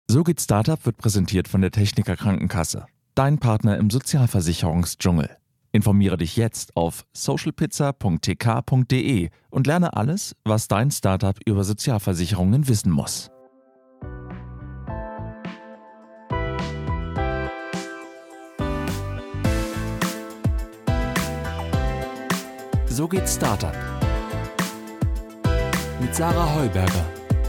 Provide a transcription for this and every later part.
So geht Startup wird präsentiert von der Techniker Krankenkasse, dein Partner im Sozialversicherungsdschungel. Informiere dich jetzt auf socialpizza.tk.de und lerne alles, was dein Startup über Sozialversicherungen wissen muss. So geht Startup mit Sarah Heuberger.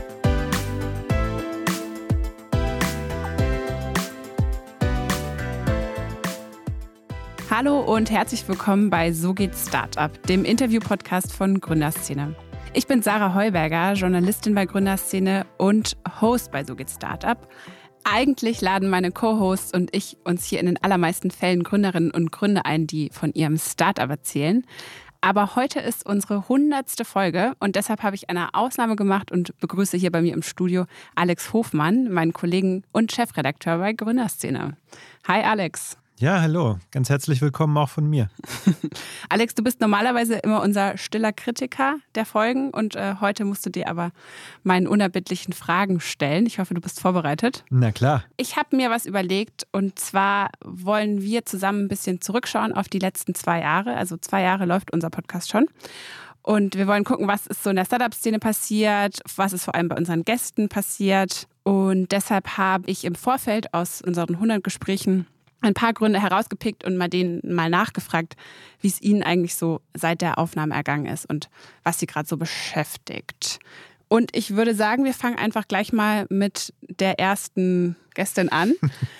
Hallo und herzlich willkommen bei So geht Startup, dem Interview-Podcast von Gründerszene. Ich bin Sarah Heuberger, Journalistin bei Gründerszene und Host bei So geht Startup. Eigentlich laden meine Co-Hosts und ich uns hier in den allermeisten Fällen Gründerinnen und Gründer ein, die von ihrem Startup erzählen. Aber heute ist unsere 100. Folge und deshalb habe ich eine Ausnahme gemacht und begrüße hier bei mir im Studio Alex Hofmann, meinen Kollegen und Chefredakteur bei Gründerszene. Hi Alex. Ja, hallo. Ganz herzlich willkommen auch von mir. Alex, du bist normalerweise immer unser stiller Kritiker der Folgen und heute musst du dir aber meinen unerbittlichen Fragen stellen. Ich hoffe, du bist vorbereitet. Na klar. Ich habe mir was überlegt und zwar wollen wir zusammen ein bisschen zurückschauen auf die letzten 2 Jahre. Also 2 Jahre läuft unser Podcast schon. Und wir wollen gucken, was ist so in der Startup-Szene passiert, was ist vor allem bei unseren Gästen passiert. Und deshalb habe ich im Vorfeld aus unseren 100 Gesprächen ein paar Gründe herausgepickt und denen mal nachgefragt, wie es ihnen eigentlich so seit der Aufnahme ergangen ist und was sie gerade so beschäftigt. Und ich würde sagen, wir fangen einfach gleich mal mit der ersten Gästin an.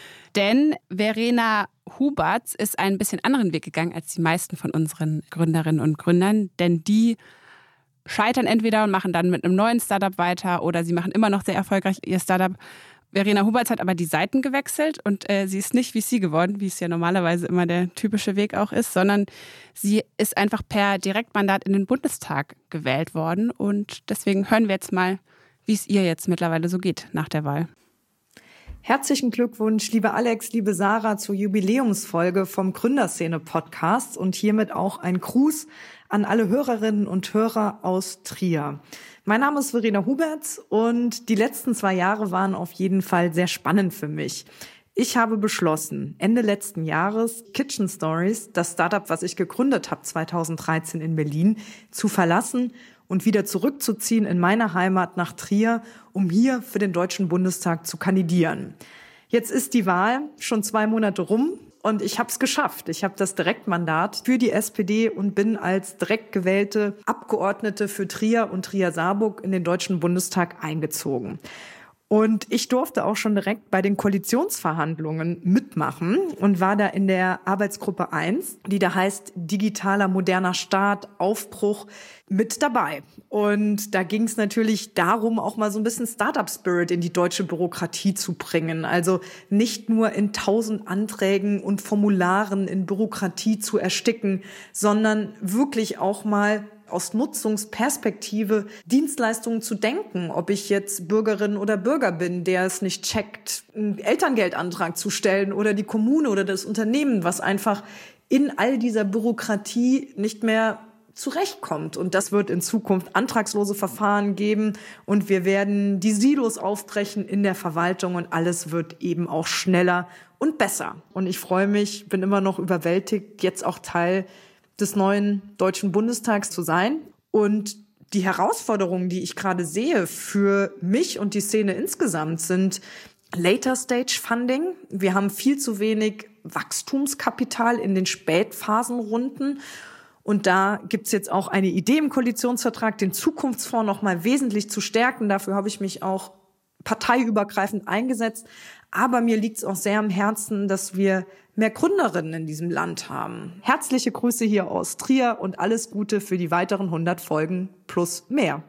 Denn Verena Huberts ist einen bisschen anderen Weg gegangen als die meisten von unseren Gründerinnen und Gründern. Denn die scheitern entweder und machen dann mit einem neuen Startup weiter oder sie machen immer noch sehr erfolgreich ihr Startup. Verena Huberts hat aber die Seiten gewechselt und sie ist nicht VC geworden, wie es ja normalerweise immer der typische Weg auch ist, sondern sie ist einfach per Direktmandat in den Bundestag gewählt worden. Und deswegen hören wir jetzt mal, wie es ihr jetzt mittlerweile so geht nach der Wahl. Herzlichen Glückwunsch, liebe Alex, liebe Sarah, zur Jubiläumsfolge vom Gründerszene-Podcast und hiermit auch ein Gruß an alle Hörerinnen und Hörer aus Trier. Mein Name ist Verena Huberts und die letzten 2 Jahre waren auf jeden Fall sehr spannend für mich. Ich habe beschlossen, Ende letzten Jahres Kitchen Stories, das Startup, was ich gegründet habe 2013 in Berlin, zu verlassen und wieder zurückzuziehen in meine Heimat nach Trier, um hier für den Deutschen Bundestag zu kandidieren. Jetzt ist die Wahl schon 2 Monate rum. Und ich habe es geschafft. Ich habe das Direktmandat für die SPD und bin als direkt gewählte Abgeordnete für Trier und Trier-Saarburg in den Deutschen Bundestag eingezogen. Und ich durfte auch schon direkt bei den Koalitionsverhandlungen mitmachen und war da in der Arbeitsgruppe 1, die da heißt Digitaler moderner Staat, Aufbruch, mit dabei. Und da ging es natürlich darum, auch mal so ein bisschen Startup-Spirit in die deutsche Bürokratie zu bringen. Also nicht nur in 1000 Anträgen und Formularen in Bürokratie zu ersticken, sondern wirklich auch mal aus Nutzungsperspektive Dienstleistungen zu denken, ob ich jetzt Bürgerin oder Bürger bin, der es nicht checkt, einen Elterngeldantrag zu stellen oder die Kommune oder das Unternehmen, was einfach in all dieser Bürokratie nicht mehr zurechtkommt. Und das wird in Zukunft antragslose Verfahren geben und wir werden die Silos aufbrechen in der Verwaltung und alles wird eben auch schneller und besser. Und ich freue mich, bin immer noch überwältigt, jetzt auch Teil des neuen Deutschen Bundestags zu sein. Und die Herausforderungen, die ich gerade sehe für mich und die Szene insgesamt, sind Later-Stage-Funding. Wir haben viel zu wenig Wachstumskapital in den Spätphasenrunden. Und da gibt's jetzt auch eine Idee im Koalitionsvertrag, den Zukunftsfonds noch mal wesentlich zu stärken. Dafür habe ich mich auch parteiübergreifend eingesetzt. Aber mir liegt es auch sehr am Herzen, dass wir mehr Gründerinnen in diesem Land haben. Herzliche Grüße hier aus Trier und alles Gute für die weiteren 100 Folgen plus mehr.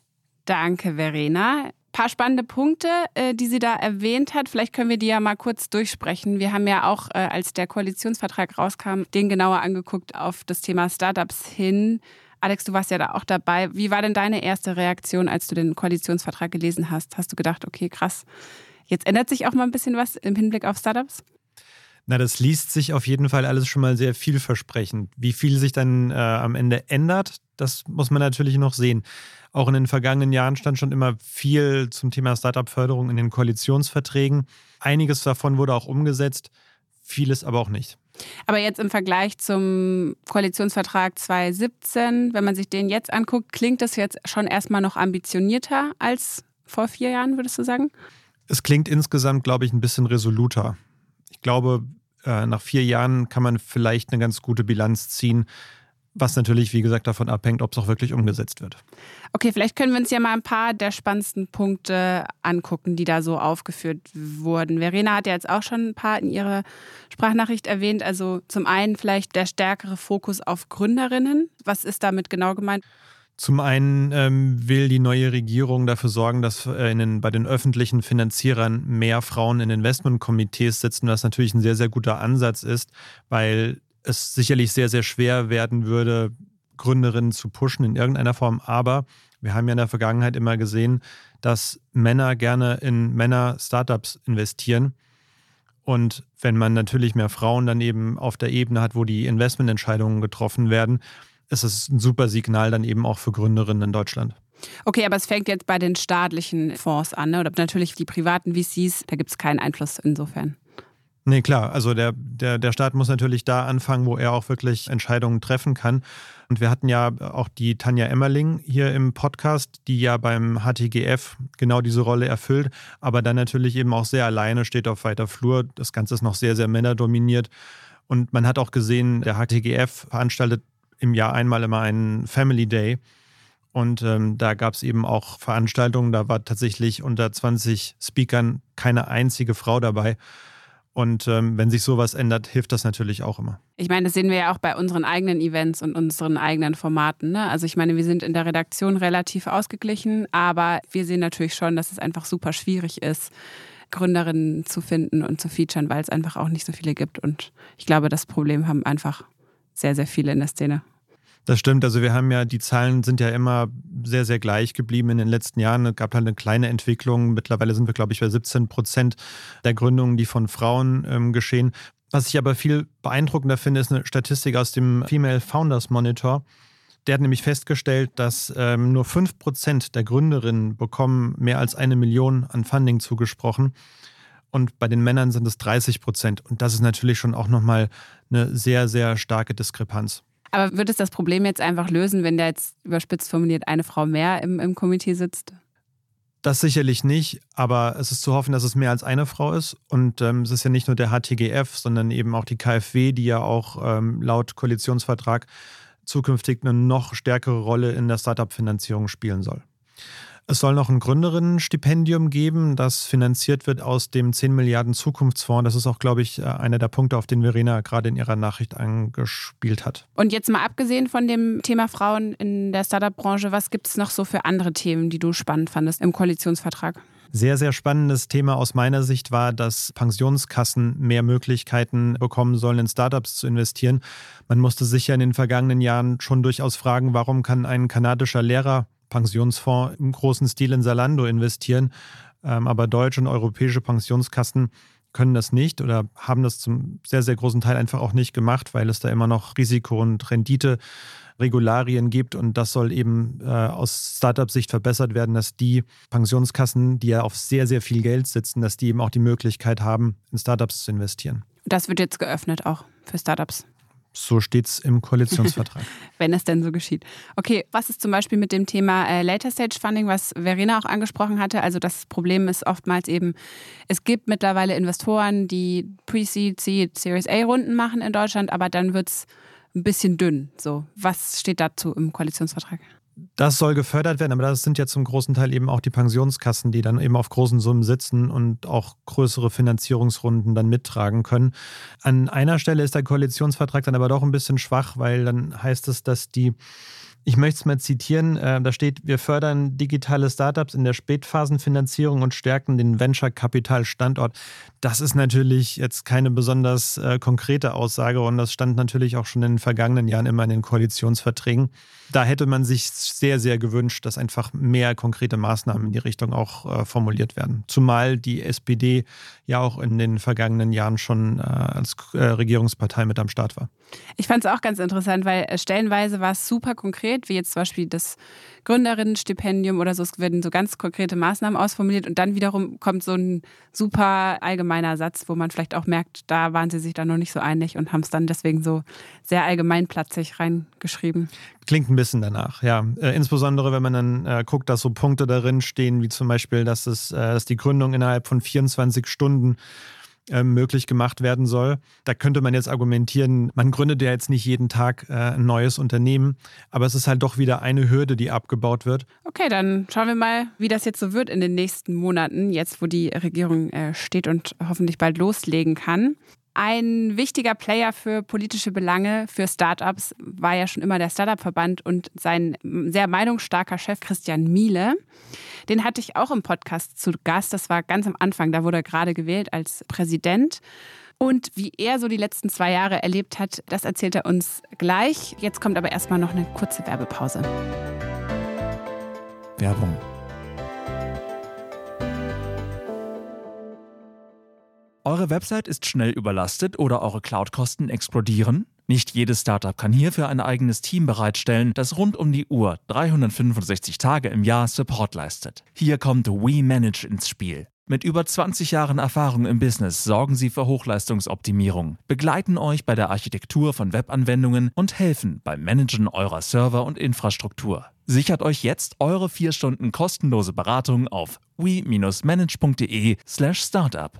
Danke, Verena. Paar spannende Punkte, die sie da erwähnt hat. Vielleicht können wir die ja mal kurz durchsprechen. Wir haben ja auch, als der Koalitionsvertrag rauskam, den genauer angeguckt auf das Thema Startups hin. Alex, du warst ja da auch dabei. Wie war denn deine erste Reaktion, als du den Koalitionsvertrag gelesen hast? Hast du gedacht, okay, krass, jetzt ändert sich auch mal ein bisschen was im Hinblick auf Startups? Na, das liest sich auf jeden Fall alles schon mal sehr vielversprechend. Wie viel sich dann am Ende ändert, das muss man natürlich noch sehen. Auch in den vergangenen Jahren stand schon immer viel zum Thema Startup-Förderung in den Koalitionsverträgen. Einiges davon wurde auch umgesetzt, vieles aber auch nicht. Aber jetzt im Vergleich zum Koalitionsvertrag 2017, wenn man sich den jetzt anguckt, klingt das jetzt schon erstmal noch ambitionierter als vor 4 Jahren, würdest du sagen? Es klingt insgesamt, glaube ich, ein bisschen resoluter. Ich glaube, nach 4 Jahren kann man vielleicht eine ganz gute Bilanz ziehen, was natürlich, wie gesagt, davon abhängt, ob es auch wirklich umgesetzt wird. Okay, vielleicht können wir uns ja mal ein paar der spannendsten Punkte angucken, die da so aufgeführt wurden. Verena hat ja jetzt auch schon ein paar in ihrer Sprachnachricht erwähnt. Also zum einen vielleicht der stärkere Fokus auf Gründerinnen. Was ist damit genau gemeint? Zum einen will die neue Regierung dafür sorgen, dass bei den öffentlichen Finanzierern mehr Frauen in Investmentkomitees sitzen, was natürlich ein sehr, sehr guter Ansatz ist, weil es sicherlich sehr, sehr schwer werden würde, Gründerinnen zu pushen in irgendeiner Form. Aber wir haben ja in der Vergangenheit immer gesehen, dass Männer gerne in Männer-Startups investieren. Und wenn man natürlich mehr Frauen dann eben auf der Ebene hat, wo die Investmententscheidungen getroffen werden, ist es ein super Signal dann eben auch für Gründerinnen in Deutschland. Okay, aber es fängt jetzt bei den staatlichen Fonds an, ne? Oder natürlich die privaten VCs, da gibt es keinen Einfluss insofern. Nee, klar. Also der Staat muss natürlich da anfangen, wo er auch wirklich Entscheidungen treffen kann. Und wir hatten ja auch die Tanja Emmerling hier im Podcast, die ja beim HTGF genau diese Rolle erfüllt, aber dann natürlich eben auch sehr alleine steht auf weiter Flur. Das Ganze ist noch sehr, sehr männerdominiert. Und man hat auch gesehen, der HTGF veranstaltet im Jahr einmal immer einen Family Day. Und da gab es eben auch Veranstaltungen, da war tatsächlich unter 20 Speakern keine einzige Frau dabei. Und wenn sich sowas ändert, hilft das natürlich auch immer. Ich meine, das sehen wir ja auch bei unseren eigenen Events und unseren eigenen Formaten, ne? Also ich meine, wir sind in der Redaktion relativ ausgeglichen, aber wir sehen natürlich schon, dass es einfach super schwierig ist, Gründerinnen zu finden und zu featuren, weil es einfach auch nicht so viele gibt. Und ich glaube, das Problem haben einfach sehr, sehr viele in der Szene. Das stimmt, also wir haben ja, die Zahlen sind ja immer sehr, sehr gleich geblieben in den letzten Jahren. Es gab halt eine kleine Entwicklung. Mittlerweile sind wir, glaube ich, bei 17% der Gründungen, die von Frauen geschehen. Was ich aber viel beeindruckender finde, ist eine Statistik aus dem Female Founders Monitor. Der hat nämlich festgestellt, dass nur 5% der Gründerinnen bekommen mehr als 1 Million an Funding zugesprochen. Und bei den Männern sind es 30%. Und das ist natürlich schon auch nochmal eine sehr, sehr starke Diskrepanz. Aber wird es das Problem jetzt einfach lösen, wenn da jetzt überspitzt formuliert eine Frau mehr im Komitee sitzt? Das sicherlich nicht, aber es ist zu hoffen, dass es mehr als eine Frau ist. Und es ist ja nicht nur der HTGF, sondern eben auch die KfW, die ja auch laut Koalitionsvertrag zukünftig eine noch stärkere Rolle in der Startup-Finanzierung spielen soll. Es soll noch ein Gründerinnen-Stipendium geben, das finanziert wird aus dem 10 Milliarden Zukunftsfonds. Das ist auch, glaube ich, einer der Punkte, auf den Verena gerade in ihrer Nachricht angespielt hat. Und jetzt mal abgesehen von dem Thema Frauen in der Startup-Branche, was gibt es noch so für andere Themen, die du spannend fandest im Koalitionsvertrag? Sehr, sehr spannendes Thema aus meiner Sicht war, dass Pensionskassen mehr Möglichkeiten bekommen sollen, in Startups zu investieren. Man musste sich ja in den vergangenen Jahren schon durchaus fragen, warum kann ein kanadischer Lehrerpensionsfonds im großen Stil in Zalando investieren, aber deutsche und europäische Pensionskassen können das nicht oder haben das zum sehr, sehr großen Teil einfach auch nicht gemacht, weil es da immer noch Risiko- und Rendite-Regularien gibt und das soll eben aus Startup-Sicht verbessert werden, dass die Pensionskassen, die ja auf sehr, sehr viel Geld sitzen, dass die eben auch die Möglichkeit haben, in Startups zu investieren. Das wird jetzt geöffnet auch für Startups. So steht es im Koalitionsvertrag. Wenn es denn so geschieht. Okay, was ist zum Beispiel mit dem Thema Later Stage Funding, was Verena auch angesprochen hatte? Also das Problem ist oftmals eben, es gibt mittlerweile Investoren, die Pre-Seed, Seed, Series A-Runden machen in Deutschland, aber dann wird es ein bisschen dünn. So, was steht dazu im Koalitionsvertrag? Das soll gefördert werden, aber das sind ja zum großen Teil eben auch die Pensionskassen, die dann eben auf großen Summen sitzen und auch größere Finanzierungsrunden dann mittragen können. An einer Stelle ist der Koalitionsvertrag dann aber doch ein bisschen schwach, weil dann heißt es, dass die Ich möchte es mal zitieren, da steht, wir fördern digitale Startups in der Spätphasenfinanzierung und stärken den Venture-Capital-Standort. Das ist natürlich jetzt keine besonders konkrete Aussage und das stand natürlich auch schon in den vergangenen Jahren immer in den Koalitionsverträgen. Da hätte man sich sehr, sehr gewünscht, dass einfach mehr konkrete Maßnahmen in die Richtung auch formuliert werden. Zumal die SPD ja auch in den vergangenen Jahren schon als Regierungspartei mit am Start war. Ich fand es auch ganz interessant, weil stellenweise war es super konkret, wie jetzt zum Beispiel das Gründerinnenstipendium oder so. Es werden so ganz konkrete Maßnahmen ausformuliert und dann wiederum kommt so ein super allgemeiner Satz, wo man vielleicht auch merkt, da waren sie sich dann noch nicht so einig und haben es dann deswegen so sehr allgemeinplatzig reingeschrieben. Klingt ein bisschen danach, ja. Insbesondere, wenn man dann guckt, dass so Punkte darin stehen, wie zum Beispiel, dass die Gründung innerhalb von 24 Stunden möglich gemacht werden soll. Da könnte man jetzt argumentieren, man gründet ja jetzt nicht jeden Tag ein neues Unternehmen, aber es ist halt doch wieder eine Hürde, die abgebaut wird. Okay, dann schauen wir mal, wie das jetzt so wird in den nächsten Monaten, jetzt wo die Regierung steht und hoffentlich bald loslegen kann. Ein wichtiger Player für politische Belange, für Startups, war ja schon immer der Startup-Verband und sein sehr meinungsstarker Chef Christian Miele. Den hatte ich auch im Podcast zu Gast. Das war ganz am Anfang, da wurde er gerade gewählt als Präsident. Und wie er so die letzten 2 Jahre erlebt hat, das erzählt er uns gleich. Jetzt kommt aber erstmal noch eine kurze Werbepause. Werbung. Eure Website ist schnell überlastet oder eure Cloud-Kosten explodieren? Nicht jedes Startup kann hierfür ein eigenes Team bereitstellen, das rund um die Uhr 365 Tage im Jahr Support leistet. Hier kommt WeManage ins Spiel. Mit über 20 Jahren Erfahrung im Business sorgen sie für Hochleistungsoptimierung, begleiten euch bei der Architektur von Webanwendungen und helfen beim Managen eurer Server und Infrastruktur. Sichert euch jetzt eure 4 Stunden kostenlose Beratung auf we-manage.de/startup.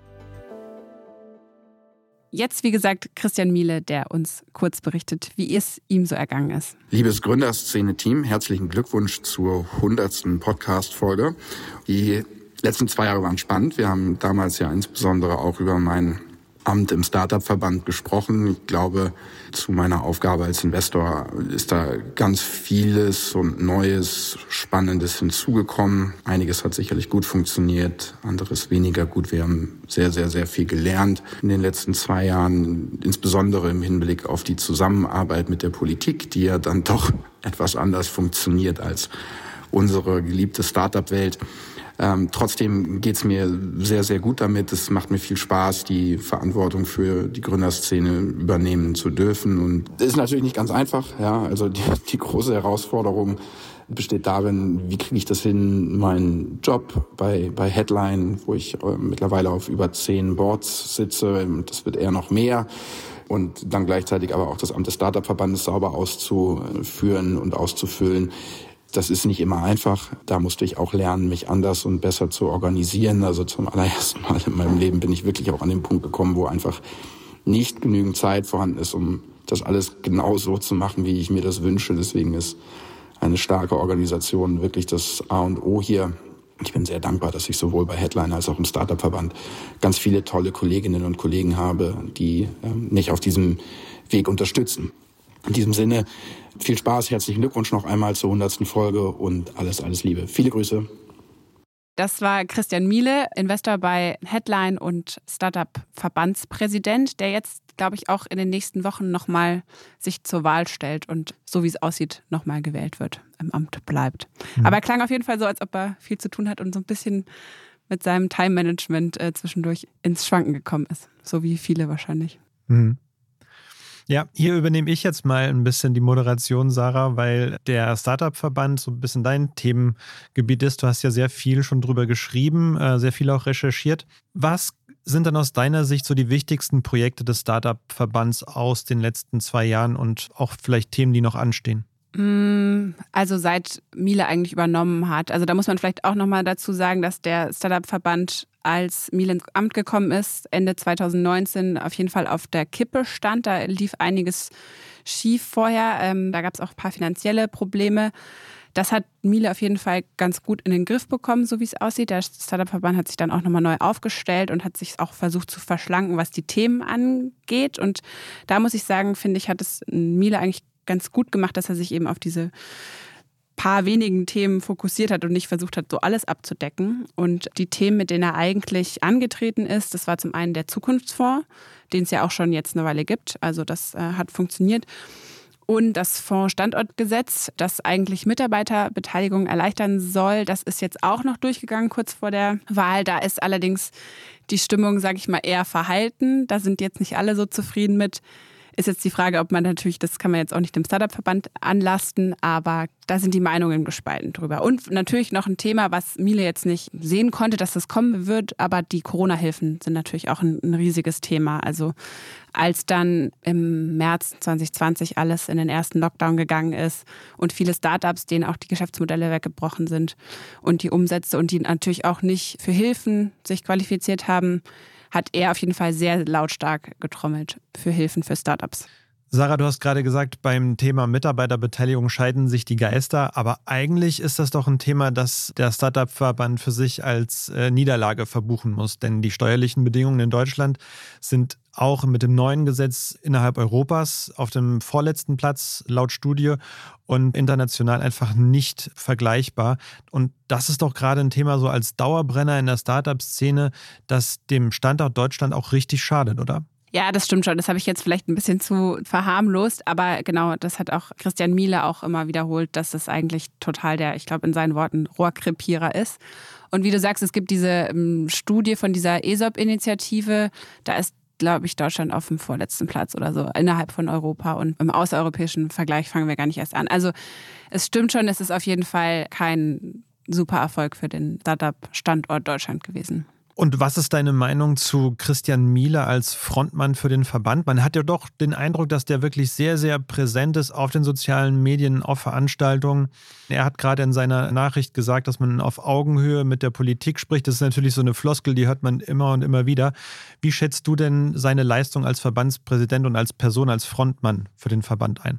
Jetzt, wie gesagt, Christian Miele, der uns kurz berichtet, wie es ihm so ergangen ist. Liebes Gründerszene-Team, herzlichen Glückwunsch zur 100. Podcast-Folge. Die letzten 2 Jahre waren spannend. Wir haben damals ja insbesondere auch über mein Amt im Startup-Verband gesprochen. Ich glaube, zu meiner Aufgabe als Investor ist da ganz vieles und Neues, Spannendes hinzugekommen. Einiges hat sicherlich gut funktioniert, anderes weniger gut. Wir haben sehr, sehr, sehr viel gelernt in den letzten 2 Jahren, insbesondere im Hinblick auf die Zusammenarbeit mit der Politik, die ja dann doch etwas anders funktioniert als unsere geliebte Startup-Welt. Trotzdem geht's mir sehr, sehr gut damit. Es macht mir viel Spaß, die Verantwortung für die Gründerszene übernehmen zu dürfen. Und das ist natürlich nicht ganz einfach. Ja, also die große Herausforderung besteht darin, wie kriege ich das hin, meinen Job bei Headline, wo ich mittlerweile auf über 10 Boards sitze, das wird eher noch mehr, und dann gleichzeitig aber auch das Amt des Startup-Verbandes sauber auszuführen und auszufüllen. Das ist nicht immer einfach. Da musste ich auch lernen, mich anders und besser zu organisieren. Also zum allerersten Mal in meinem Leben bin ich wirklich auch an den Punkt gekommen, wo einfach nicht genügend Zeit vorhanden ist, um das alles genau so zu machen, wie ich mir das wünsche. Deswegen ist eine starke Organisation wirklich das A und O hier. Ich bin sehr dankbar, dass ich sowohl bei Headline als auch im Startup-Verband ganz viele tolle Kolleginnen und Kollegen habe, die mich auf diesem Weg unterstützen. In diesem Sinne, viel Spaß, herzlichen Glückwunsch noch einmal zur 100. Folge und alles Liebe. Viele Grüße. Das war Christian Miele, Investor bei Headline und Startup-Verbandspräsident, der jetzt, glaube ich, auch in den nächsten Wochen nochmal sich zur Wahl stellt und so wie es aussieht, nochmal gewählt wird, im Amt bleibt. Aber er klang auf jeden Fall so, als ob er viel zu tun hat und so ein bisschen mit seinem Time-Management zwischendurch ins Schwanken gekommen ist. So wie viele wahrscheinlich. Mhm. Ja, hier übernehme ich jetzt mal ein bisschen die Moderation, Sarah, weil der Startup-Verband so ein bisschen dein Themengebiet ist. Du hast ja sehr viel schon drüber geschrieben, sehr viel auch recherchiert. Was sind dann aus deiner Sicht so die wichtigsten Projekte des Startup-Verbands aus den letzten 2 Jahren und auch vielleicht Themen, die noch anstehen? Also seit Miele eigentlich übernommen hat. Also da muss man vielleicht auch nochmal dazu sagen, dass der Startup-Verband, als Miele ins Amt gekommen ist, Ende 2019 auf jeden Fall auf der Kippe stand. Da lief einiges schief vorher. Da gab es auch ein paar finanzielle Probleme. Das hat Miele auf jeden Fall ganz gut in den Griff bekommen, so wie es aussieht. Der Startup-Verband hat sich dann auch nochmal neu aufgestellt und hat sich auch versucht zu verschlanken, was die Themen angeht. Und da muss ich sagen, finde ich, hat es Miele eigentlich ganz gut gemacht, dass er sich eben auf diese paar wenigen Themen fokussiert hat und nicht versucht hat, so alles abzudecken. Und die Themen, mit denen er eigentlich angetreten ist, das war zum einen der Zukunftsfonds, den es ja auch schon jetzt eine Weile gibt. Also das hat funktioniert. Und das Fonds-Standortgesetz, das eigentlich Mitarbeiterbeteiligung erleichtern soll, das ist jetzt auch noch durchgegangen kurz vor der Wahl. Da ist allerdings die Stimmung, sage ich mal, eher verhalten. Da sind jetzt nicht alle so zufrieden mit. Ist jetzt die Frage, ob man natürlich, das kann man jetzt auch nicht dem Startup-Verband anlasten, aber da sind die Meinungen gespalten drüber. Und natürlich noch ein Thema, was Miele jetzt nicht sehen konnte, dass das kommen wird, aber die Corona-Hilfen sind natürlich auch ein riesiges Thema. Also als dann im März 2020 alles in den ersten Lockdown gegangen ist und viele Startups, denen auch die Geschäftsmodelle weggebrochen sind und die Umsätze und die natürlich auch nicht für Hilfen sich qualifiziert haben, hat er auf jeden Fall sehr lautstark getrommelt für Hilfen für Startups. Sarah, du hast gerade gesagt, beim Thema Mitarbeiterbeteiligung scheiden sich die Geister, aber eigentlich ist das doch ein Thema, das der Startup-Verband für sich als Niederlage verbuchen muss, denn die steuerlichen Bedingungen in Deutschland sind auch mit dem neuen Gesetz innerhalb Europas auf dem vorletzten Platz laut Studie und international einfach nicht vergleichbar. Und das ist doch gerade ein Thema so als Dauerbrenner in der Startup-Szene, das dem Standort Deutschland auch richtig schadet, oder? Ja, das stimmt schon. Das habe ich jetzt vielleicht ein bisschen zu verharmlost, aber genau, das hat auch Christian Miele auch immer wiederholt, dass das eigentlich total der, ich glaube in seinen Worten, Rohrkrepierer ist. Und wie du sagst, es gibt diese Studie von dieser ESOP-Initiative, da ist, glaube ich, Deutschland auf dem vorletzten Platz oder so innerhalb von Europa und im außereuropäischen Vergleich fangen wir gar nicht erst an. Also es stimmt schon, es ist auf jeden Fall kein super Erfolg für den Startup-Standort Deutschland gewesen. Und was ist deine Meinung zu Christian Miele als Frontmann für den Verband? Man hat ja doch den Eindruck, dass der wirklich sehr, sehr präsent ist auf den sozialen Medien, auf Veranstaltungen. Er hat gerade in seiner Nachricht gesagt, dass man auf Augenhöhe mit der Politik spricht. Das ist natürlich so eine Floskel, die hört man immer und immer wieder. Wie schätzt du denn seine Leistung als Verbandspräsident und als Person, als Frontmann für den Verband ein?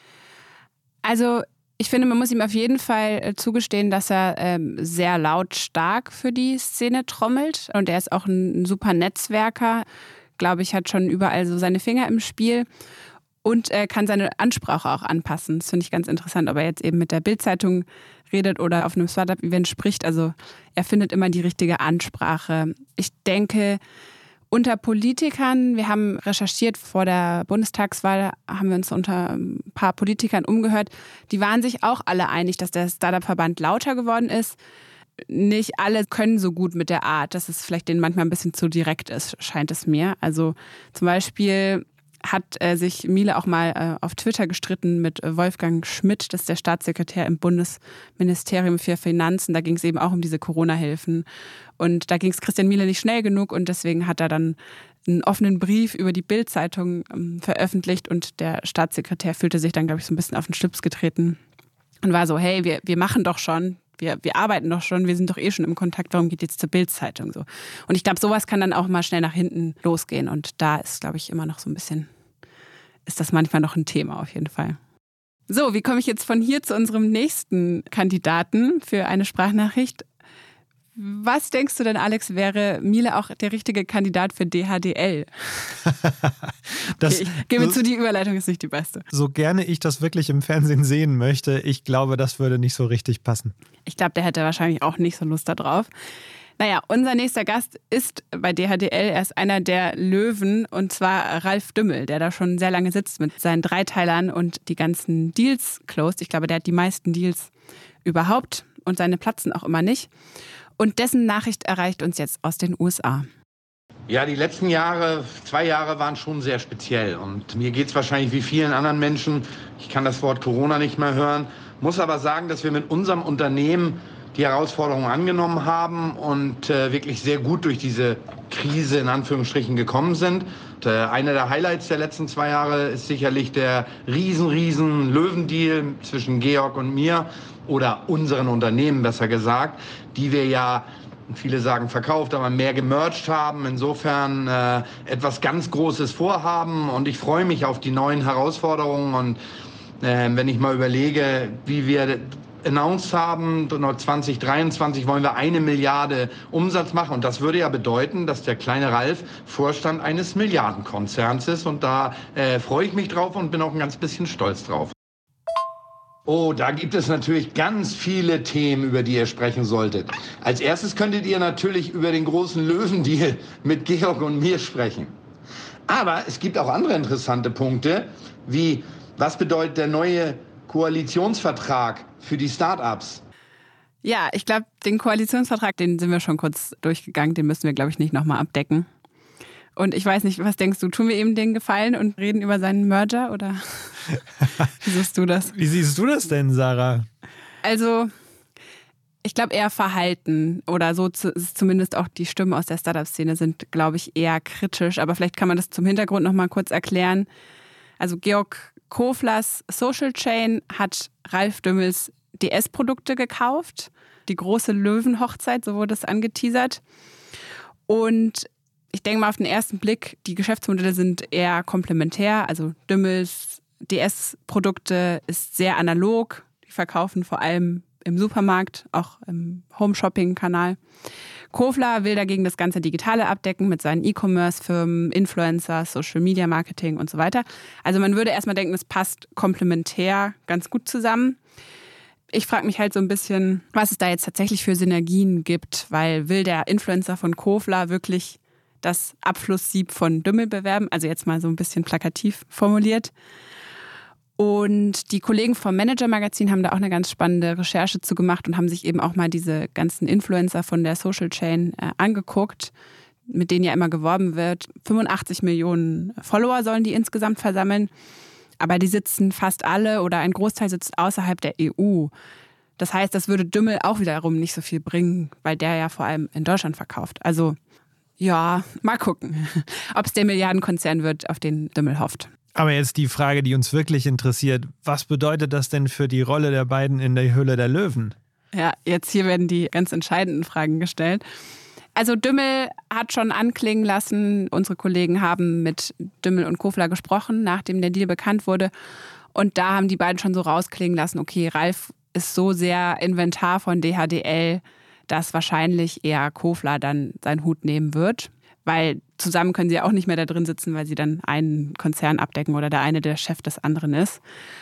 Also ich finde, man muss ihm auf jeden Fall zugestehen, dass er sehr lautstark für die Szene trommelt. Und er ist auch ein super Netzwerker, glaube ich, hat schon überall so seine Finger im Spiel und kann seine Ansprache auch anpassen. Das finde ich ganz interessant, ob er jetzt eben mit der Bild-Zeitung redet oder auf einem Startup-Event spricht. Also er findet immer die richtige Ansprache. Ich denke, unter Politikern, wir haben recherchiert vor der Bundestagswahl, haben wir uns unter ein paar Politikern umgehört, die waren sich auch alle einig, dass der Startup-Verband lauter geworden ist. Nicht alle können so gut mit der Art, dass es vielleicht denen manchmal ein bisschen zu direkt ist, scheint es mir. Also zum Beispiel hat sich Miele auch mal auf Twitter gestritten mit Wolfgang Schmidt, das ist der Staatssekretär im Bundesministerium für Finanzen. Da ging es eben auch um diese Corona-Hilfen. Und da ging es Christian Miele nicht schnell genug und deswegen hat er dann einen offenen Brief über die Bild-Zeitung veröffentlicht und der Staatssekretär fühlte sich dann, glaube ich, so ein bisschen auf den Schlips getreten und war so, hey, wir machen doch schon. Wir arbeiten doch schon, wir sind doch eh schon im Kontakt, warum geht jetzt zur Bild-Zeitung so? Und ich glaube, sowas kann dann auch mal schnell nach hinten losgehen und da ist, glaube ich, immer noch so ein bisschen, ist das manchmal noch ein Thema auf jeden Fall. So, wie komme ich jetzt von hier zu unserem nächsten Kandidaten für eine Sprachnachricht? Was denkst du denn, Alex, wäre Miele auch der richtige Kandidat für DHDL? Okay, ich gebe zu, die Überleitung ist nicht die beste. So gerne ich das wirklich im Fernsehen sehen möchte, ich glaube, das würde nicht so richtig passen. Ich glaube, der hätte wahrscheinlich auch nicht so Lust darauf. Naja, unser nächster Gast ist bei DHDL, er ist einer der Löwen und zwar Ralf Dümmel, der da schon sehr lange sitzt mit seinen Dreiteilern und die ganzen Deals closed. Ich glaube, der hat die meisten Deals überhaupt und seine platzen auch immer nicht. Und dessen Nachricht erreicht uns jetzt aus den USA. Ja, die letzten Jahre, 2 Jahre waren schon sehr speziell. Und mir geht es wahrscheinlich wie vielen anderen Menschen. Ich kann das Wort Corona nicht mehr hören. Muss aber sagen, dass wir mit unserem Unternehmen die Herausforderungen angenommen haben und wirklich sehr gut durch diese Krise in Anführungsstrichen gekommen sind. Und, einer der Highlights der letzten 2 Jahre ist sicherlich der riesen Löwendeal zwischen Georg und mir oder unseren Unternehmen besser gesagt, die wir ja, viele sagen verkauft, aber mehr gemerged haben. Insofern etwas ganz Großes vorhaben und ich freue mich auf die neuen Herausforderungen und wenn ich mal überlege, wie wir announced haben, 2023 wollen wir 1 Milliarde Umsatz machen. Und das würde ja bedeuten, dass der kleine Ralf Vorstand eines Milliardenkonzerns ist. Und da freue ich mich drauf und bin auch ein ganz bisschen stolz drauf. Oh, da gibt es natürlich ganz viele Themen, über die ihr sprechen solltet. Als erstes könntet ihr natürlich über den großen Löwendeal mit Georg und mir sprechen. Aber es gibt auch andere interessante Punkte, wie was bedeutet der neue Koalitionsvertrag für die Startups? Ja, ich glaube, den Koalitionsvertrag, den sind wir schon kurz durchgegangen, den müssen wir, glaube ich, nicht nochmal abdecken. Und ich weiß nicht, was denkst du, tun wir ihm den Gefallen und reden über seinen Merger oder wie siehst du das? Wie siehst du das denn, Sarah? Also, ich glaube eher verhalten oder so ist zumindest auch die Stimmen aus der Startup-Szene sind, glaube ich, eher kritisch. Aber vielleicht kann man das zum Hintergrund nochmal kurz erklären. Also Georg Koflers Social Chain hat Ralf Dümmels DS-Produkte gekauft. Die große Löwenhochzeit, so wurde es angeteasert. Und ich denke mal auf den ersten Blick, die Geschäftsmodelle sind eher komplementär. Also Dümmels DS-Produkte ist sehr analog. Die verkaufen vor allem im Supermarkt, auch im Home-Shopping-Kanal. Kofler will dagegen das ganze Digitale abdecken mit seinen E-Commerce-Firmen, Influencer, Social-Media-Marketing und so weiter. Also man würde erstmal denken, es passt komplementär ganz gut zusammen. Ich frage mich halt so ein bisschen, was es da jetzt tatsächlich für Synergien gibt, weil will der Influencer von Kofler wirklich das Abflusssieb von Dümmel bewerben? Also jetzt mal so ein bisschen plakativ formuliert. Und die Kollegen vom Manager-Magazin haben da auch eine ganz spannende Recherche zu gemacht und haben sich eben auch mal diese ganzen Influencer von der Social Chain angeguckt, mit denen ja immer geworben wird. 85 Millionen Follower sollen die insgesamt versammeln, aber die sitzen fast alle oder ein Großteil sitzt außerhalb der EU. Das heißt, das würde Dümmel auch wiederum nicht so viel bringen, weil der ja vor allem in Deutschland verkauft. Also ja, mal gucken, ob es der Milliardenkonzern wird, auf den Dümmel hofft. Aber jetzt die Frage, die uns wirklich interessiert, was bedeutet das denn für die Rolle der beiden in der Höhle der Löwen? Ja, jetzt hier werden die ganz entscheidenden Fragen gestellt. Also Dümmel hat schon anklingen lassen, unsere Kollegen haben mit Dümmel und Kofler gesprochen, nachdem der Deal bekannt wurde. Und da haben die beiden schon so rausklingen lassen, okay, Ralf ist so sehr Inventar von DHDL, dass wahrscheinlich eher Kofler dann seinen Hut nehmen wird. Weil zusammen können sie ja auch nicht mehr da drin sitzen, weil sie dann einen Konzern abdecken oder der eine der Chef des anderen ist.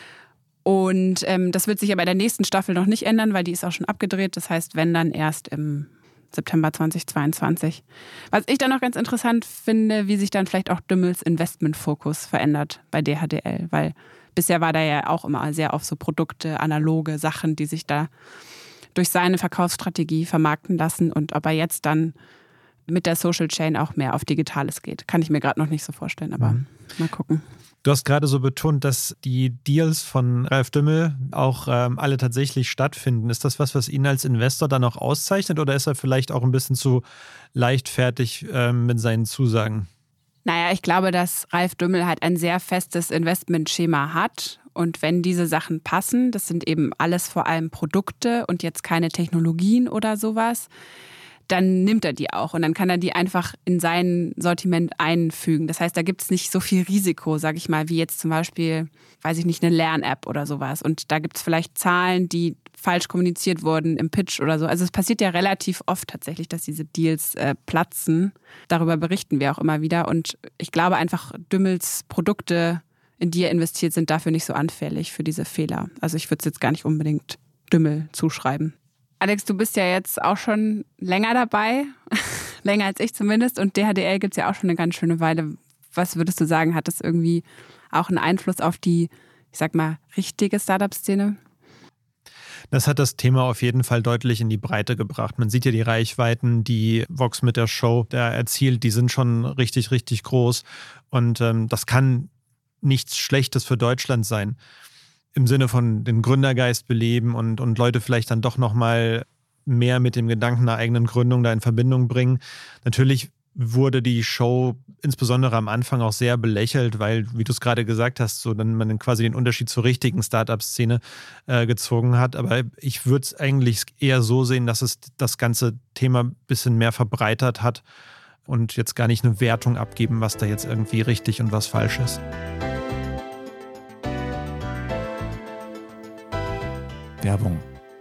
Und das wird sich aber in der nächsten Staffel noch nicht ändern, weil die ist auch schon abgedreht. Das heißt, wenn dann erst im September 2022. Was ich dann noch ganz interessant finde, wie sich dann vielleicht auch Dümmels Investmentfokus verändert bei DHDL. Weil bisher war der ja auch immer sehr auf so Produkte, analoge Sachen, die sich da durch seine Verkaufsstrategie vermarkten lassen. Und ob er jetzt dann mit der Social Chain auch mehr auf Digitales geht. Kann ich mir gerade noch nicht so vorstellen, aber mal gucken. Du hast gerade so betont, dass die Deals von Ralf Dümmel auch alle tatsächlich stattfinden. Ist das was ihn als Investor dann auch auszeichnet oder ist er vielleicht auch ein bisschen zu leichtfertig mit seinen Zusagen? Naja, ich glaube, dass Ralf Dümmel halt ein sehr festes Investmentschema hat. Und wenn diese Sachen passen, das sind eben alles vor allem Produkte und jetzt keine Technologien oder sowas, dann nimmt er die auch und dann kann er die einfach in sein Sortiment einfügen. Das heißt, da gibt es nicht so viel Risiko, sage ich mal, wie jetzt zum Beispiel, weiß ich nicht, eine Lern-App oder sowas. Und da gibt es vielleicht Zahlen, die falsch kommuniziert wurden im Pitch oder so. Also es passiert ja relativ oft tatsächlich, dass diese Deals platzen. Darüber berichten wir auch immer wieder. Und ich glaube einfach, Dümmels Produkte, in die er investiert, sind dafür nicht so anfällig für diese Fehler. Also ich würde es jetzt gar nicht unbedingt Dümmel zuschreiben. Alex, du bist ja jetzt auch schon länger dabei, länger als ich zumindest. Und DHDL gibt es ja auch schon eine ganz schöne Weile. Was würdest du sagen, hat das irgendwie auch einen Einfluss auf die, ich sag mal, richtige Startup-Szene? Das hat das Thema auf jeden Fall deutlich in die Breite gebracht. Man sieht ja die Reichweiten, die Vox mit der Show da erzielt, die sind schon richtig, richtig groß. Und das kann nichts Schlechtes für Deutschland sein. Im Sinne von den Gründergeist beleben und Leute vielleicht dann doch nochmal mehr mit dem Gedanken einer eigenen Gründung da in Verbindung bringen. Natürlich wurde die Show insbesondere am Anfang auch sehr belächelt, weil, wie du es gerade gesagt hast, so dann man quasi den Unterschied zur richtigen Startup-Szene gezogen hat. Aber ich würde es eigentlich eher so sehen, dass es das ganze Thema ein bisschen mehr verbreitert hat und jetzt gar nicht eine Wertung abgeben, was da jetzt irgendwie richtig und was falsch ist. Werbung.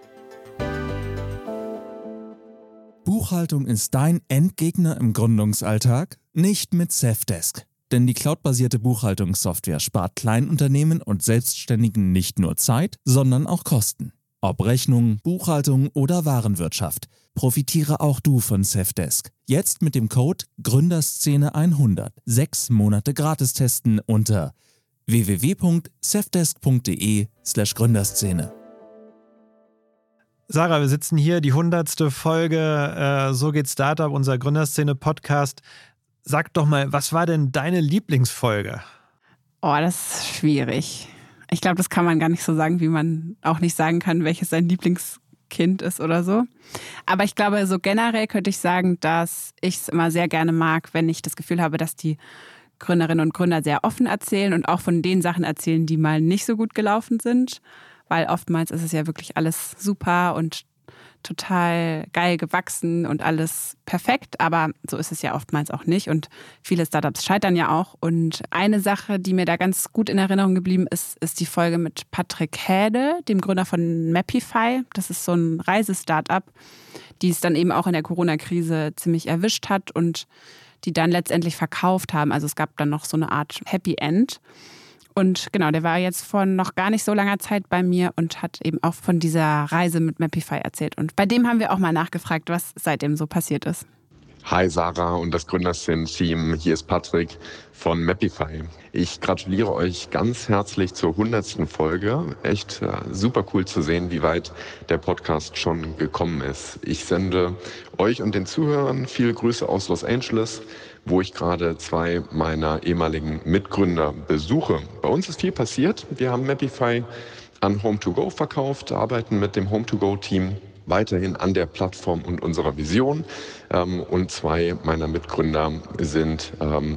Buchhaltung ist dein Endgegner im Gründungsalltag? Nicht mit Safdesk. Denn die cloudbasierte Buchhaltungssoftware spart Kleinunternehmen und Selbstständigen nicht nur Zeit, sondern auch Kosten. Ob Rechnung, Buchhaltung oder Warenwirtschaft. Profitiere auch du von Safdesk. Jetzt mit dem Code Gründerszene100. 6 Monate gratis testen unter www.safdesk.de/Gründerszene. Sarah, wir sitzen hier, die 100. Folge So geht Startup, unser Gründerszene-Podcast. Sag doch mal, was war denn deine Lieblingsfolge? Oh, das ist schwierig. Ich glaube, das kann man gar nicht so sagen, wie man auch nicht sagen kann, welches sein Lieblingskind ist oder so. Aber ich glaube, so generell könnte ich sagen, dass ich es immer sehr gerne mag, wenn ich das Gefühl habe, dass die Gründerinnen und Gründer sehr offen erzählen und auch von den Sachen erzählen, die mal nicht so gut gelaufen sind. Weil oftmals ist es ja wirklich alles super und total geil gewachsen und alles perfekt, aber so ist es ja oftmals auch nicht und viele Startups scheitern ja auch. Und eine Sache, die mir da ganz gut in Erinnerung geblieben ist, ist die Folge mit Patrick Häde, dem Gründer von Mapify. Das ist so ein Reisestartup, die es dann eben auch in der Corona-Krise ziemlich erwischt hat und die dann letztendlich verkauft haben. Also es gab dann noch so eine Art Happy End. Und genau, der war jetzt vor noch gar nicht so langer Zeit bei mir und hat eben auch von dieser Reise mit Mapify erzählt. Und bei dem haben wir auch mal nachgefragt, was seitdem so passiert ist. Hi Sarah und das Gründerszene-Team, hier ist Patrick von Mapify. Ich gratuliere euch ganz herzlich zur 100. Folge. Echt super cool zu sehen, wie weit der Podcast schon gekommen ist. Ich sende euch und den Zuhörern viele Grüße aus Los Angeles, wo ich gerade 2 meiner ehemaligen Mitgründer besuche. Bei uns ist viel passiert. Wir haben Mapify an Home2Go verkauft, arbeiten mit dem Home2Go-Team weiterhin an der Plattform und unserer Vision. Und 2 meiner Mitgründer sind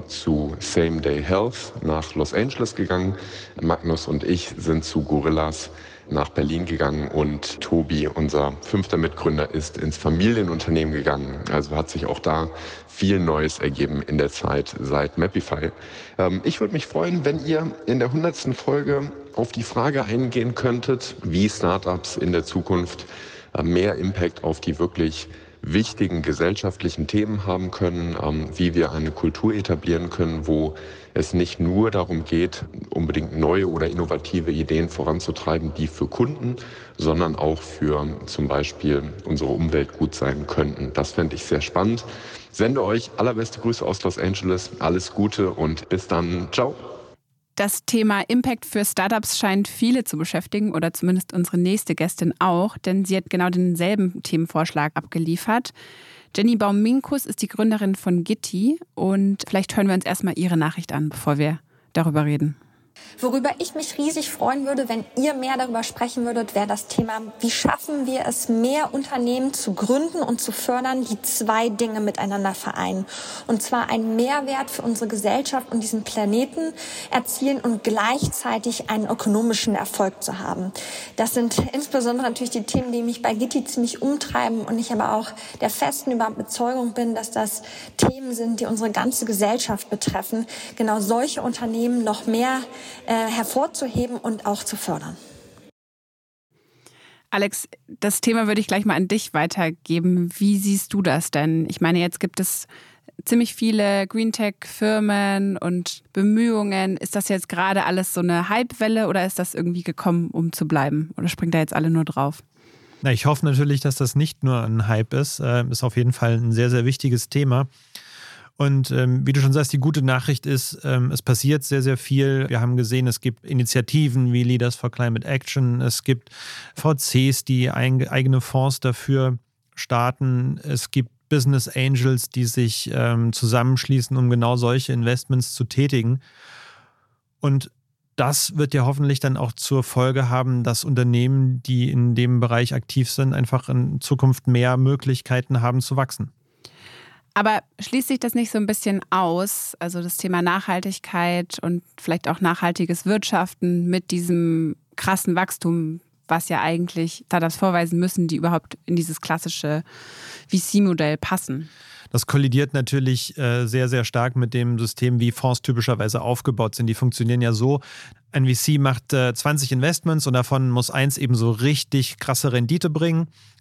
zu Same Day Health nach Los Angeles gegangen. Magnus und ich sind zu Gorillas nach Berlin gegangen und Tobi, unser 5. Mitgründer, ist ins Familienunternehmen gegangen. Also hat sich auch da viel Neues ergeben in der Zeit seit Mapify. Ich würde mich freuen, wenn ihr in der 100. Folge auf die Frage eingehen könntet, wie Startups in der Zukunft mehr Impact auf die wirklich wichtigen gesellschaftlichen Themen haben können, wie wir eine Kultur etablieren können, wo es nicht nur darum geht, unbedingt neue oder innovative Ideen voranzutreiben, die für Kunden, sondern auch für zum Beispiel unsere Umwelt gut sein könnten. Das fände ich sehr spannend. Sende euch allerbeste Grüße aus Los Angeles, alles Gute und bis dann. Ciao. Das Thema Impact für Startups scheint viele zu beschäftigen oder zumindest unsere nächste Gästin auch, denn sie hat genau denselben Themenvorschlag abgeliefert. Jenny Baum-Minkus ist die Gründerin von Gitti und vielleicht hören wir uns erstmal ihre Nachricht an, bevor wir darüber reden. Worüber ich mich riesig freuen würde, wenn ihr mehr darüber sprechen würdet, wäre das Thema, wie schaffen wir es, mehr Unternehmen zu gründen und zu fördern, die 2 Dinge miteinander vereinen. Und zwar einen Mehrwert für unsere Gesellschaft und diesen Planeten erzielen und gleichzeitig einen ökonomischen Erfolg zu haben. Das sind insbesondere natürlich die Themen, die mich bei Gitti ziemlich umtreiben und ich aber auch der festen Überzeugung bin, dass das Themen sind, die unsere ganze Gesellschaft betreffen, genau solche Unternehmen noch mehr hervorzuheben und auch zu fördern. Alex, das Thema würde ich gleich mal an dich weitergeben. Wie siehst du das denn? Ich meine, jetzt gibt es ziemlich viele Greentech-Firmen und Bemühungen. Ist das jetzt gerade alles so eine Hypewelle oder ist das irgendwie gekommen, um zu bleiben? Oder springen da jetzt alle nur drauf? Na, ich hoffe natürlich, dass das nicht nur ein Hype ist. Ist auf jeden Fall ein sehr, sehr wichtiges Thema. Und wie du schon sagst, die gute Nachricht ist, es passiert sehr, sehr viel. Wir haben gesehen, es gibt Initiativen wie Leaders for Climate Action. Es gibt VCs, die eigene Fonds dafür starten. Es gibt Business Angels, die sich zusammenschließen, um genau solche Investments zu tätigen. Und das wird ja hoffentlich dann auch zur Folge haben, dass Unternehmen, die in dem Bereich aktiv sind, einfach in Zukunft mehr Möglichkeiten haben zu wachsen. Aber schließt sich das nicht so ein bisschen aus, also das Thema Nachhaltigkeit und vielleicht auch nachhaltiges Wirtschaften mit diesem krassen Wachstum, was ja eigentlich Startups vorweisen müssen, die überhaupt in dieses klassische VC-Modell passen? Das kollidiert natürlich sehr, sehr stark mit dem System, wie Fonds typischerweise aufgebaut sind. Die funktionieren ja so, ein VC macht 20 Investments und davon muss eins eben so richtig krasse Rendite bringen.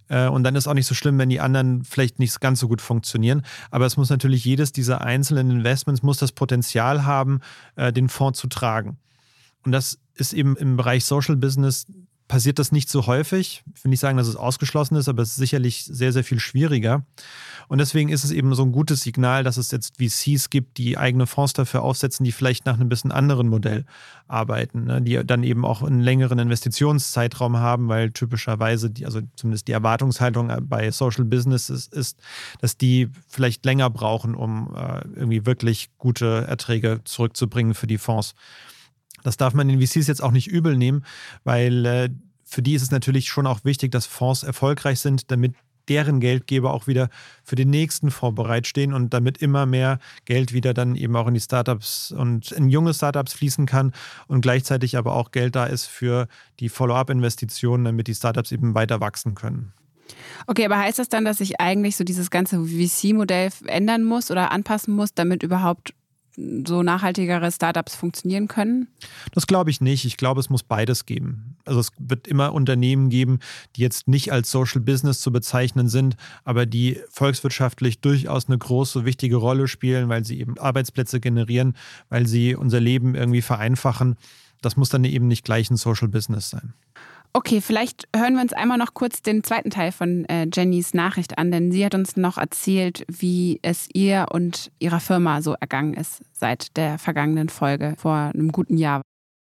Und dann ist auch nicht so schlimm, wenn die anderen vielleicht nicht ganz so gut funktionieren. Aber es muss natürlich jedes dieser einzelnen Investments muss das Potenzial haben, den Fonds zu tragen. Und das ist eben im Bereich Social Business passiert das nicht so häufig. Ich will nicht sagen, dass es ausgeschlossen ist, aber es ist sicherlich sehr, sehr viel schwieriger. Und deswegen ist es eben so ein gutes Signal, dass es jetzt VCs gibt, die eigene Fonds dafür aufsetzen, die vielleicht nach einem bisschen anderen Modell arbeiten, ne? Die dann eben auch einen längeren Investitionszeitraum haben, weil typischerweise, also zumindest die Erwartungshaltung bei Social Business ist, dass die vielleicht länger brauchen, um irgendwie wirklich gute Erträge zurückzubringen für die Fonds. Das darf man den VCs jetzt auch nicht übel nehmen, weil für die ist es natürlich schon auch wichtig, dass Fonds erfolgreich sind, damit deren Geldgeber auch wieder für den nächsten Fonds bereitstehen und damit immer mehr Geld wieder dann eben auch in die Startups und in junge Startups fließen kann und gleichzeitig aber auch Geld da ist für die Follow-up-Investitionen, damit die Startups eben weiter wachsen können. Okay, aber heißt das dann, dass sich eigentlich so dieses ganze VC-Modell ändern muss oder anpassen muss, damit überhaupt so nachhaltigere Startups funktionieren können? Das glaube ich nicht. Ich glaube, es muss beides geben. Also es wird immer Unternehmen geben, die jetzt nicht als Social Business zu bezeichnen sind, aber die volkswirtschaftlich durchaus eine große, wichtige Rolle spielen, weil sie eben Arbeitsplätze generieren, weil sie unser Leben irgendwie vereinfachen. Das muss dann eben nicht gleich ein Social Business sein. Okay, vielleicht hören wir uns einmal noch kurz den zweiten Teil von Jennys Nachricht an, denn sie hat uns noch erzählt, wie es ihr und ihrer Firma so ergangen ist seit der vergangenen Folge vor einem guten Jahr.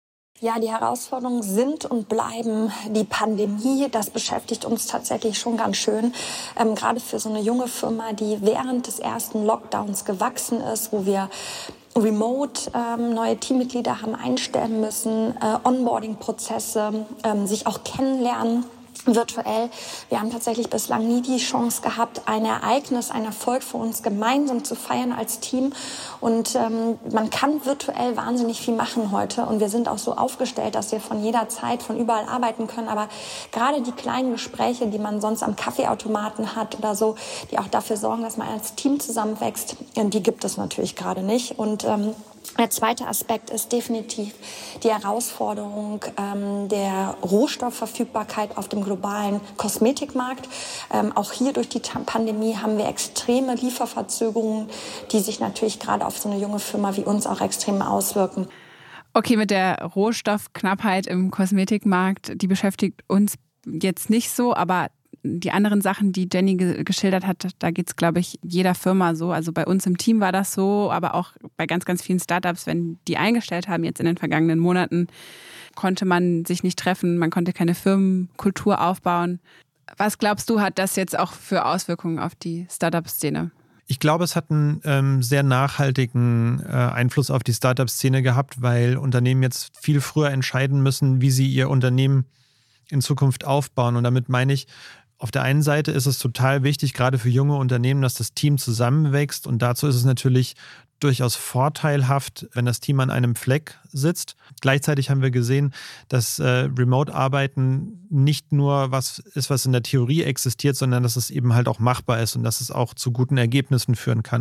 Ja, die Herausforderungen sind und bleiben die Pandemie. Das beschäftigt uns tatsächlich schon ganz schön. Gerade für so eine junge Firma, die während des ersten Lockdowns gewachsen ist, wo wir remote neue Teammitglieder haben einstellen müssen, Onboarding-Prozesse, sich auch kennenlernen virtuell. Wir haben tatsächlich bislang nie die Chance gehabt, ein Ereignis, ein Erfolg für uns gemeinsam zu feiern als Team. Und man kann virtuell wahnsinnig viel machen heute. Und wir sind auch so aufgestellt, dass wir von jeder Zeit, von überall arbeiten können. Aber gerade die kleinen Gespräche, die man sonst am Kaffeeautomaten hat oder so, die auch dafür sorgen, dass man als Team zusammenwächst, die gibt es natürlich gerade nicht. Und der zweite Aspekt ist definitiv die Herausforderung der Rohstoffverfügbarkeit auf dem globalen Kosmetikmarkt. Auch hier durch die Pandemie haben wir extreme Lieferverzögerungen, die sich natürlich gerade auf so eine junge Firma wie uns auch extrem auswirken. Okay, mit der Rohstoffknappheit im Kosmetikmarkt, die beschäftigt uns jetzt nicht so, aber die anderen Sachen, die Jenny geschildert hat, da geht es, glaube ich, jeder Firma so. Also bei uns im Team war das so, aber auch bei ganz, ganz vielen Startups, wenn die eingestellt haben jetzt in den vergangenen Monaten, konnte man sich nicht treffen, man konnte keine Firmenkultur aufbauen. Was glaubst du, hat das jetzt auch für Auswirkungen auf die Startup-Szene? Ich glaube, es hat einen sehr nachhaltigen Einfluss auf die Startup-Szene gehabt, weil Unternehmen jetzt viel früher entscheiden müssen, wie sie ihr Unternehmen in Zukunft aufbauen. Und damit meine ich, auf der einen Seite ist es total wichtig, gerade für junge Unternehmen, dass das Team zusammenwächst. Und dazu ist es natürlich durchaus vorteilhaft, wenn das Team an einem Fleck sitzt. Gleichzeitig haben wir gesehen, dass Remote-Arbeiten nicht nur was ist, was in der Theorie existiert, sondern dass es eben halt auch machbar ist und dass es auch zu guten Ergebnissen führen kann.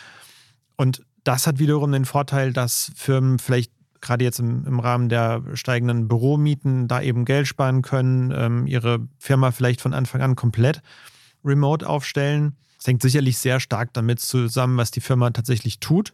Und das hat wiederum den Vorteil, dass Firmen vielleicht gerade jetzt im Rahmen der steigenden Büromieten da eben Geld sparen können, ihre Firma vielleicht von Anfang an komplett remote aufstellen. Das hängt sicherlich sehr stark damit zusammen, was die Firma tatsächlich tut.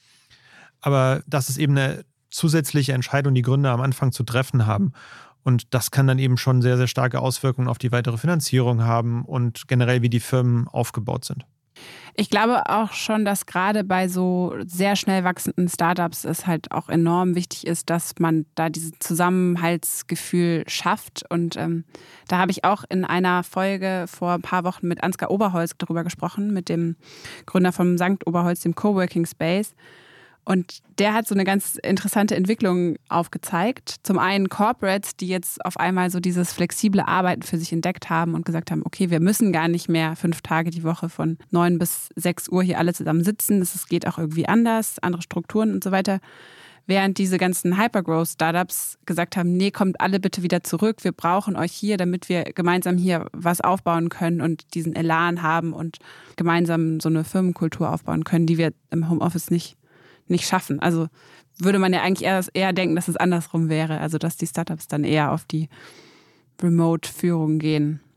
Aber das ist eben eine zusätzliche Entscheidung, die Gründer am Anfang zu treffen haben. Und das kann dann eben schon sehr, sehr starke Auswirkungen auf die weitere Finanzierung haben und generell, wie die Firmen aufgebaut sind. Ich glaube auch schon, dass gerade bei so sehr schnell wachsenden Startups es halt auch enorm wichtig ist, dass man da dieses Zusammenhaltsgefühl schafft. Und da habe ich auch in einer Folge vor ein paar Wochen mit Ansgar Oberholz darüber gesprochen, mit dem Gründer vom St. Oberholz, dem Coworking Space. Und der hat so eine ganz interessante Entwicklung aufgezeigt. Zum einen Corporates, die jetzt auf einmal so dieses flexible Arbeiten für sich entdeckt haben und gesagt haben, okay, wir müssen gar nicht mehr 5 Tage die Woche von 9 bis 6 Uhr hier alle zusammen sitzen. Das geht auch irgendwie anders, andere Strukturen und so weiter. Während diese ganzen Hypergrowth-Startups gesagt haben, nee, kommt alle bitte wieder zurück. Wir brauchen euch hier, damit wir gemeinsam hier was aufbauen können und diesen Elan haben und gemeinsam so eine Firmenkultur aufbauen können, die wir im Homeoffice nicht schaffen. Also würde man ja eigentlich eher denken, dass es andersrum wäre. Also dass die Startups dann eher auf die Remote-Führung gehen.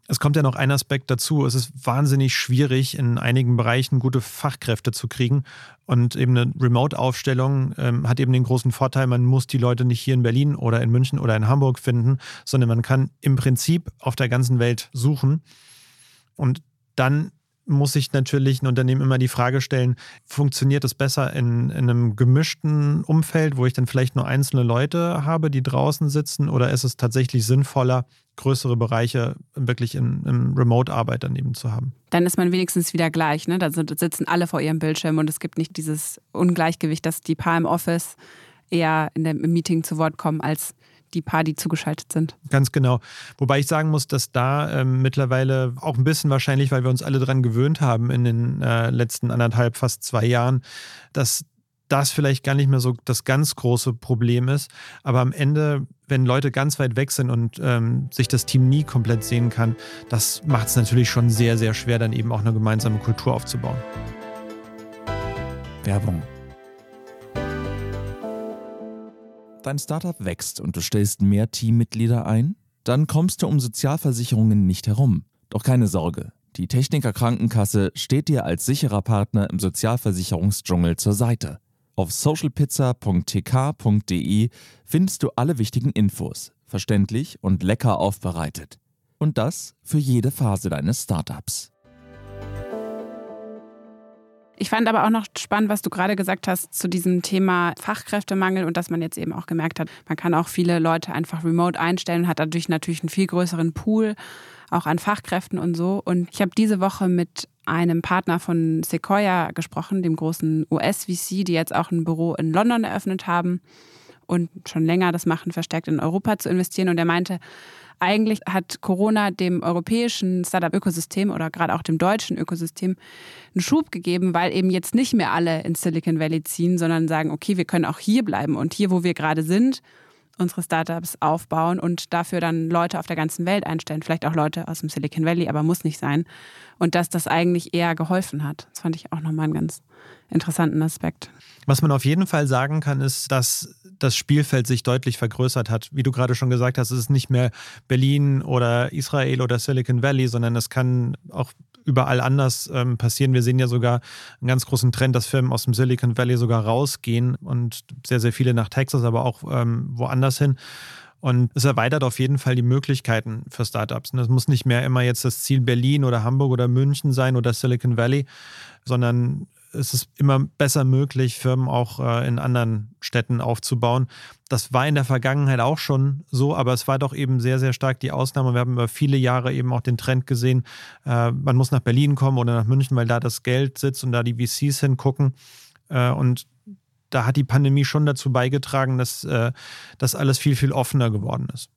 Es kommt ja noch ein Aspekt dazu. Es ist wahnsinnig schwierig, in einigen Bereichen gute Fachkräfte zu kriegen. Und eben eine Remote-Aufstellung hat eben den großen Vorteil, man muss die Leute nicht hier in Berlin oder in München oder in Hamburg finden, sondern man kann im Prinzip auf der ganzen Welt suchen. Und dann muss sich natürlich ein Unternehmen immer die Frage stellen, funktioniert es besser in einem gemischten Umfeld, wo ich dann vielleicht nur einzelne Leute habe, die draußen sitzen, oder ist es tatsächlich sinnvoller, größere Bereiche wirklich im Remote-Arbeit daneben zu haben? Dann ist man wenigstens wieder gleich, ne? Da sitzen alle vor ihrem Bildschirm und es gibt nicht dieses Ungleichgewicht, dass die paar im Office eher im Meeting zu Wort kommen als die paar, die zugeschaltet sind. Ganz genau. Wobei ich sagen muss, dass da mittlerweile auch ein bisschen wahrscheinlich, weil wir uns alle dran gewöhnt haben in den letzten 1,5, fast 2 Jahren, dass das vielleicht gar nicht mehr so das ganz große Problem ist. Aber am Ende, wenn Leute ganz weit weg sind und sich das Team nie komplett sehen kann, das macht es natürlich schon sehr, sehr schwer, dann eben auch eine gemeinsame Kultur aufzubauen. Werbung. Dein Startup wächst und du stellst mehr Teammitglieder ein? Dann kommst du um Sozialversicherungen nicht herum. Doch keine Sorge, die Techniker Krankenkasse steht dir als sicherer Partner im Sozialversicherungsdschungel zur Seite. Auf socialpizza.tk.de findest du alle wichtigen Infos, verständlich und lecker aufbereitet. Und das für jede Phase deines Startups. Ich fand aber auch noch spannend, was du gerade gesagt hast zu diesem Thema Fachkräftemangel und dass man jetzt eben auch gemerkt hat, man kann auch viele Leute einfach remote einstellen und hat dadurch natürlich einen viel größeren Pool, auch an Fachkräften und so. Und ich habe diese Woche mit einem Partner von Sequoia gesprochen, dem großen US-VC, die jetzt auch ein Büro in London eröffnet haben und schon länger das machen, verstärkt in Europa zu investieren. Und er meinte, eigentlich hat Corona dem europäischen Startup-Ökosystem oder gerade auch dem deutschen Ökosystem einen Schub gegeben, weil eben jetzt nicht mehr alle ins Silicon Valley ziehen, sondern sagen, okay, wir können auch hier bleiben und hier, wo wir gerade sind, unsere Startups aufbauen und dafür dann Leute auf der ganzen Welt einstellen. Vielleicht auch Leute aus dem Silicon Valley, aber muss nicht sein. Und dass das eigentlich eher geholfen hat. Das fand ich auch nochmal einen ganz interessanten Aspekt. Was man auf jeden Fall sagen kann, ist, dass das Spielfeld sich deutlich vergrößert hat. Wie du gerade schon gesagt hast, es ist nicht mehr Berlin oder Israel oder Silicon Valley, sondern es kann auch überall anders passieren. Wir sehen ja sogar einen ganz großen Trend, dass Firmen aus dem Silicon Valley sogar rausgehen und sehr, sehr viele nach Texas, aber auch woanders hin. Und es erweitert auf jeden Fall die Möglichkeiten für Startups. Und es muss nicht mehr immer jetzt das Ziel Berlin oder Hamburg oder München sein oder Silicon Valley, sondern es ist immer besser möglich, Firmen auch in anderen Städten aufzubauen. Das war in der Vergangenheit auch schon so, aber es war doch eben sehr, sehr stark die Ausnahme. Wir haben über viele Jahre eben auch den Trend gesehen, man muss nach Berlin kommen oder nach München, weil da das Geld sitzt und da die VCs hingucken. Und da hat die Pandemie schon dazu beigetragen, dass das alles viel, viel offener geworden ist.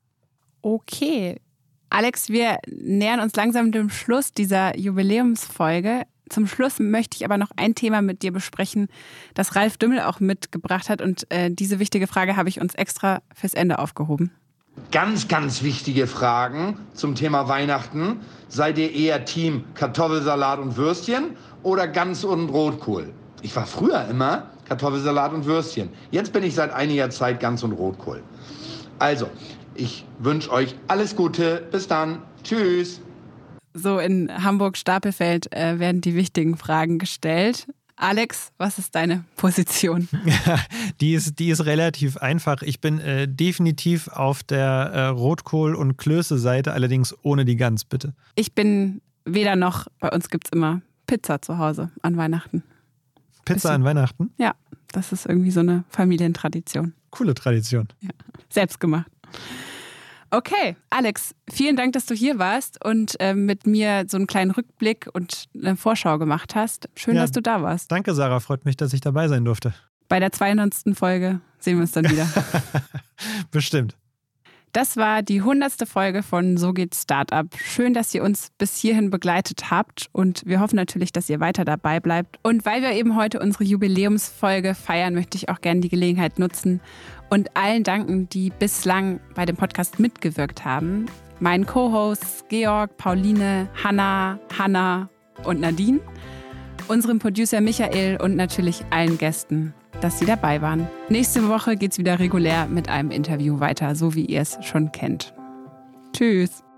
Okay. Alex, wir nähern uns langsam dem Schluss dieser Jubiläumsfolge. Zum Schluss möchte ich aber noch ein Thema mit dir besprechen, das Ralf Dümmel auch mitgebracht hat. Und diese wichtige Frage habe ich uns extra fürs Ende aufgehoben. Ganz, ganz wichtige Fragen zum Thema Weihnachten. Seid ihr eher Team Kartoffelsalat und Würstchen oder Gans und Rotkohl? Ich war früher immer Kartoffelsalat und Würstchen. Jetzt bin ich seit einiger Zeit Gans und Rotkohl. Also, ich wünsche euch alles Gute. Bis dann. Tschüss. So in Hamburg-Stapelfeld werden die wichtigen Fragen gestellt. Alex, was ist deine Position? Die ist relativ einfach. Ich bin definitiv auf der Rotkohl- und Klöße-Seite, allerdings ohne die Gans, bitte. Ich bin weder noch. Bei uns gibt es immer Pizza zu Hause an Weihnachten. Pizza an Weihnachten? Ja, das ist irgendwie so eine Familientradition. Coole Tradition. Ja, selbstgemacht. Okay, Alex, vielen Dank, dass du hier warst und mit mir so einen kleinen Rückblick und eine Vorschau gemacht hast. Schön, dass du da warst. Danke, Sarah. Freut mich, dass ich dabei sein durfte. Bei der 200. Folge sehen wir uns dann wieder. Bestimmt. Das war die 100. Folge von So geht's Startup. Schön, dass ihr uns bis hierhin begleitet habt und wir hoffen natürlich, dass ihr weiter dabei bleibt. Und weil wir eben heute unsere Jubiläumsfolge feiern, möchte ich auch gerne die Gelegenheit nutzen und allen danken, die bislang bei dem Podcast mitgewirkt haben. Meinen Co-Hosts Georg, Pauline, Hanna und Nadine, unserem Producer Michael und natürlich allen Gästen, dass sie dabei waren. Nächste Woche geht's wieder regulär mit einem Interview weiter, so wie ihr es schon kennt. Tschüss.